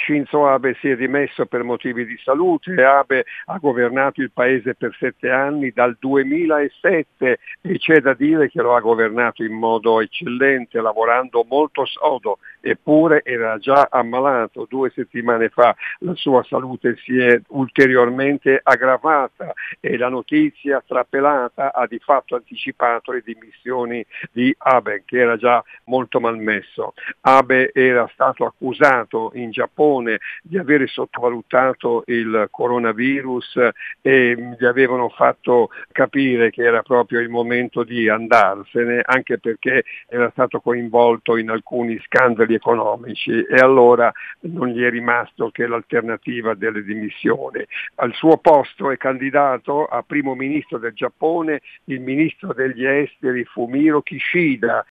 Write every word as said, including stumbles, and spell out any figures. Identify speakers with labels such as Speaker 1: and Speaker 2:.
Speaker 1: Shinzo Abe si è dimesso per motivi di salute. Abe ha governato il paese per sette anni dal duemilasette e c'è da dire che lo ha governato in modo eccellente, lavorando molto sodo, eppure era già ammalato. Due settimane fa la sua salute si è ulteriormente aggravata e la notizia trapelata ha di fatto anticipato le dimissioni di Abe, che era già molto malmesso. Abe era stato accusato in Giappone di avere sottovalutato il coronavirus e gli avevano fatto capire che era proprio il momento di andarsene, anche perché era stato coinvolto in alcuni scandali economici, e allora non gli è rimasto che l'alternativa delle dimissioni. Al suo posto è candidato a primo ministro del Giappone il ministro degli esteri Fumio Kishida,